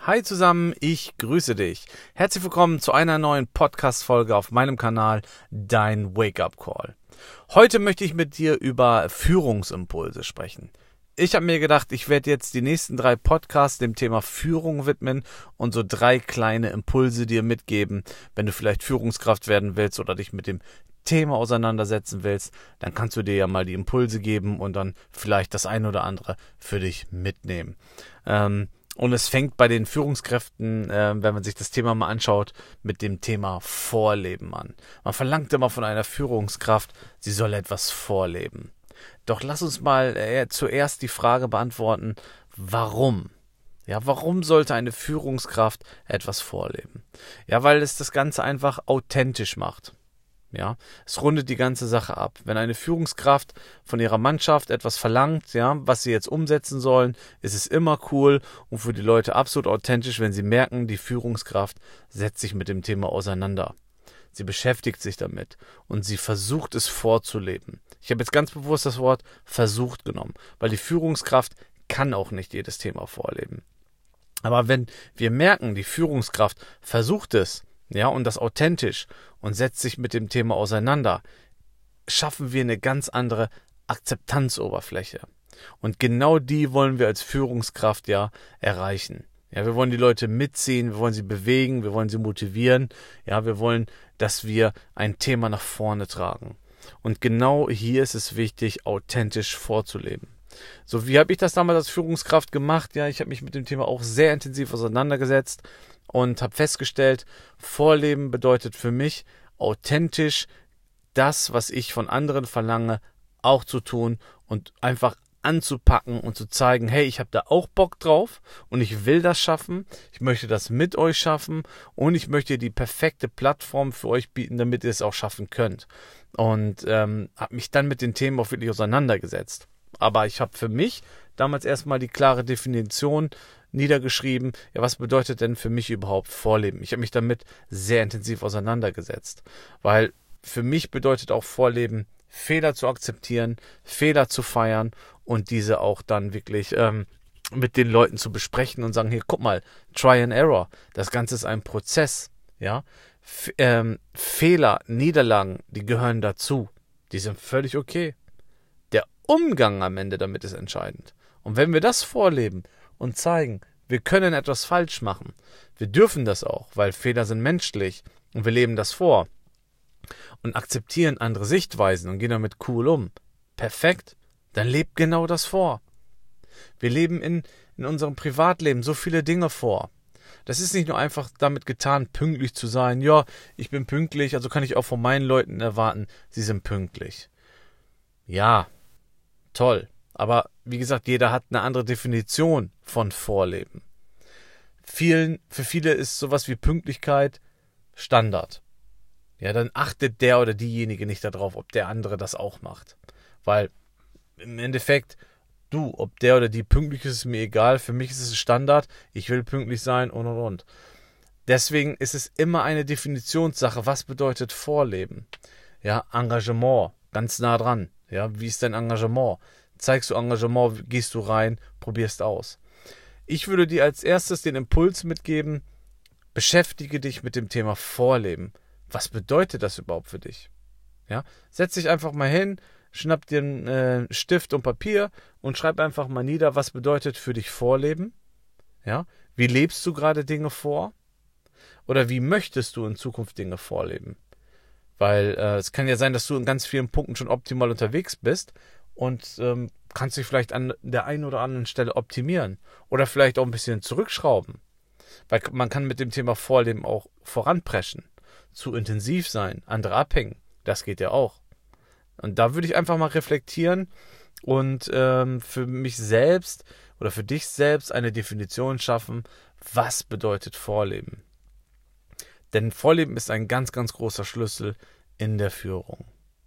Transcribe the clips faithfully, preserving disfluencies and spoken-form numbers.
Hi zusammen, ich grüße dich. Herzlich willkommen zu einer neuen Podcast-Folge auf meinem Kanal Dein Wake-up Call. Heute möchte ich mit dir über Führungsimpulse sprechen. Ich habe mir gedacht, ich werde jetzt die nächsten drei Podcasts dem Thema Führung widmen und so drei kleine Impulse dir mitgeben. Wenn du vielleicht Führungskraft werden willst oder dich mit dem Thema auseinandersetzen willst, dann kannst du dir ja mal die Impulse geben und dann vielleicht das eine oder andere für dich mitnehmen. Ähm, Und es fängt bei den Führungskräften, äh, wenn man sich das Thema mal anschaut, mit dem Thema Vorleben an. Man verlangt immer von einer Führungskraft, sie soll etwas vorleben. Doch lass uns mal äh, zuerst die Frage beantworten, warum? Ja, warum sollte eine Führungskraft etwas vorleben? Ja, weil es das Ganze einfach authentisch macht. Ja, es rundet die ganze Sache ab. Wenn eine Führungskraft von ihrer Mannschaft etwas verlangt, ja, was sie jetzt umsetzen sollen, ist es immer cool und für die Leute absolut authentisch, wenn sie merken, die Führungskraft setzt sich mit dem Thema auseinander. Sie beschäftigt sich damit und sie versucht es vorzuleben. Ich habe jetzt ganz bewusst das Wort versucht genommen, weil die Führungskraft kann auch nicht jedes Thema vorleben. Aber wenn wir merken, die Führungskraft versucht es, ja, und das authentisch und setzt sich mit dem Thema auseinander, schaffen wir eine ganz andere Akzeptanzoberfläche. Und genau die wollen wir als Führungskraft ja erreichen. Ja, wir wollen die Leute mitziehen, wir wollen sie bewegen, wir wollen sie motivieren. Ja, wir wollen, dass wir ein Thema nach vorne tragen. Und genau hier ist es wichtig, authentisch vorzuleben. So, wie habe ich das damals als Führungskraft gemacht? Ja, ich habe mich mit dem Thema auch sehr intensiv auseinandergesetzt und habe festgestellt, Vorleben bedeutet für mich authentisch das, was ich von anderen verlange, auch zu tun und einfach anzupacken und zu zeigen, hey, ich habe da auch Bock drauf und ich will das schaffen, ich möchte das mit euch schaffen und ich möchte die perfekte Plattform für euch bieten, damit ihr es auch schaffen könnt. Und ähm, habe mich dann mit den Themen auch wirklich auseinandergesetzt. Aber ich habe für mich damals erstmal die klare Definition niedergeschrieben, ja, was bedeutet denn für mich überhaupt Vorleben? Ich habe mich damit sehr intensiv auseinandergesetzt, weil für mich bedeutet auch Vorleben, Fehler zu akzeptieren, Fehler zu feiern und diese auch dann wirklich ähm, mit den Leuten zu besprechen und sagen, hier, guck mal, Try and Error, das Ganze ist ein Prozess, ja, F- ähm, Fehler, Niederlagen, die gehören dazu, die sind völlig okay. Der Umgang am Ende damit ist entscheidend. Und wenn wir das vorleben und zeigen, wir können etwas falsch machen, wir dürfen das auch, weil Fehler sind menschlich und wir leben das vor und akzeptieren andere Sichtweisen und gehen damit cool um, perfekt, dann lebt genau das vor. Wir leben in, in unserem Privatleben so viele Dinge vor. Das ist nicht nur einfach damit getan, pünktlich zu sein. Ja, ich bin pünktlich, also kann ich auch von meinen Leuten erwarten, sie sind pünktlich. Ja, toll. Aber wie gesagt, jeder hat eine andere Definition von Vorleben. Vielen, für viele ist sowas wie Pünktlichkeit Standard. Ja, dann achtet der oder diejenige nicht darauf, ob der andere das auch macht. Weil im Endeffekt, du, ob der oder die pünktlich ist, ist mir egal. Für mich ist es Standard. Ich will pünktlich sein und und und. Deswegen ist es immer eine Definitionssache. Was bedeutet Vorleben? Ja, Engagement, ganz nah dran. Ja, wie ist dein Engagement? Zeigst du Engagement, gehst du rein, probierst aus. Ich würde dir als erstes den Impuls mitgeben, beschäftige dich mit dem Thema Vorleben. Was bedeutet das überhaupt für dich? Ja, setz dich einfach mal hin, schnapp dir einen äh, Stift und Papier und schreib einfach mal nieder, was bedeutet für dich Vorleben? Ja, wie lebst du gerade Dinge vor? Oder wie möchtest du in Zukunft Dinge vorleben? Weil äh, es kann ja sein, dass du in ganz vielen Punkten schon optimal unterwegs bist und ähm, kannst dich vielleicht an der einen oder anderen Stelle optimieren oder vielleicht auch ein bisschen zurückschrauben. Weil man kann mit dem Thema Vorleben auch voranpreschen, zu intensiv sein, andere abhängen. Das geht ja auch. Und da würde ich einfach mal reflektieren und ähm, für mich selbst oder für dich selbst eine Definition schaffen, was bedeutet Vorleben. Denn Vorleben ist ein ganz, ganz großer Schlüssel in der Führung.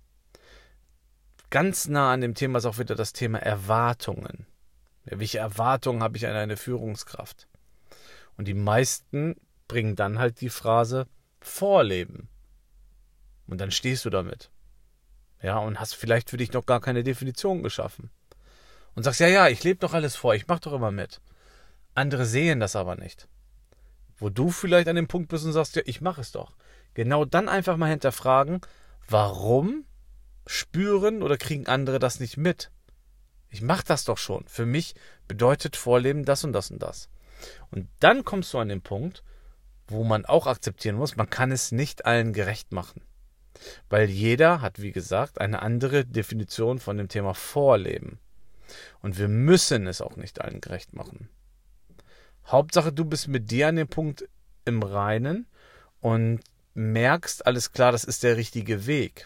Ganz nah an dem Thema ist auch wieder das Thema Erwartungen. Ja, welche Erwartungen habe ich an eine Führungskraft? Und die meisten bringen dann halt die Phrase Vorleben. Und dann stehst du damit. Ja, und hast vielleicht für dich noch gar keine Definition geschaffen. Und sagst, ja, ja, ich lebe doch alles vor, ich mache doch immer mit. Andere sehen das aber nicht. wo du vielleicht an dem Punkt bist und sagst, ja, ich mache es doch. Genau dann einfach mal hinterfragen, warum spüren oder kriegen andere das nicht mit? Ich mache das doch schon. Für mich bedeutet Vorleben das und das und das. Und dann kommst du an den Punkt, wo man auch akzeptieren muss, man kann es nicht allen gerecht machen. Weil jeder hat, wie gesagt, eine andere Definition von dem Thema Vorleben. Und wir müssen es auch nicht allen gerecht machen. Hauptsache, du bist mit dir an dem Punkt im Reinen und merkst, alles klar, das ist der richtige Weg.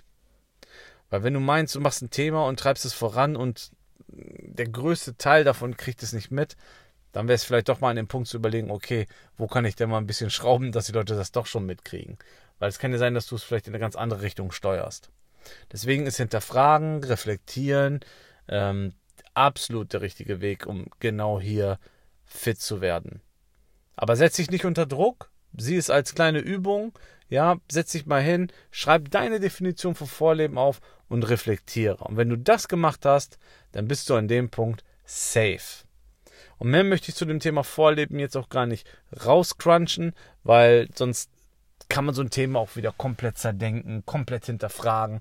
Weil wenn du meinst, du machst ein Thema und treibst es voran und der größte Teil davon kriegt es nicht mit, dann wäre es vielleicht doch mal an dem Punkt zu überlegen, okay, wo kann ich denn mal ein bisschen schrauben, dass die Leute das doch schon mitkriegen. Weil es kann ja sein, dass du es vielleicht in eine ganz andere Richtung steuerst. Deswegen ist hinterfragen, reflektieren, ähm, absolut der richtige Weg, um genau hier fit zu werden. Aber setz dich nicht unter Druck, sieh es als kleine Übung, ja, setz dich mal hin, schreib deine Definition von Vorleben auf und reflektiere. Und wenn du das gemacht hast, dann bist du an dem Punkt safe. Und mehr möchte ich zu dem Thema Vorleben jetzt auch gar nicht rauscrunchen, weil sonst kann man so ein Thema auch wieder komplett zerdenken, komplett hinterfragen,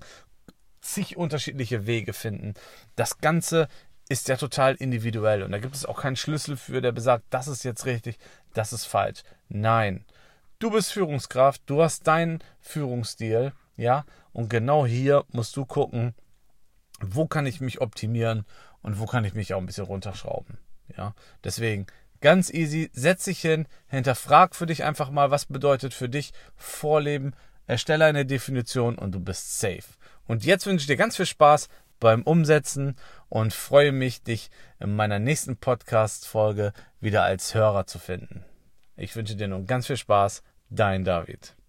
zig unterschiedliche Wege finden. Das Ganze ist ja total individuell und da gibt es auch keinen Schlüssel für, der besagt, das ist jetzt richtig, das ist falsch. Nein, du bist Führungskraft, du hast deinen Führungsstil, ja, und genau hier musst du gucken, wo kann ich mich optimieren und wo kann ich mich auch ein bisschen runterschrauben, ja. Deswegen ganz easy, setz dich hin, hinterfrag für dich einfach mal, was bedeutet für dich Vorleben, erstelle eine Definition und du bist safe. Und jetzt wünsche ich dir ganz viel Spaß beim Umsetzen und freue mich, dich in meiner nächsten Podcast-Folge wieder als Hörer zu finden. Ich wünsche dir nun ganz viel Spaß, dein David.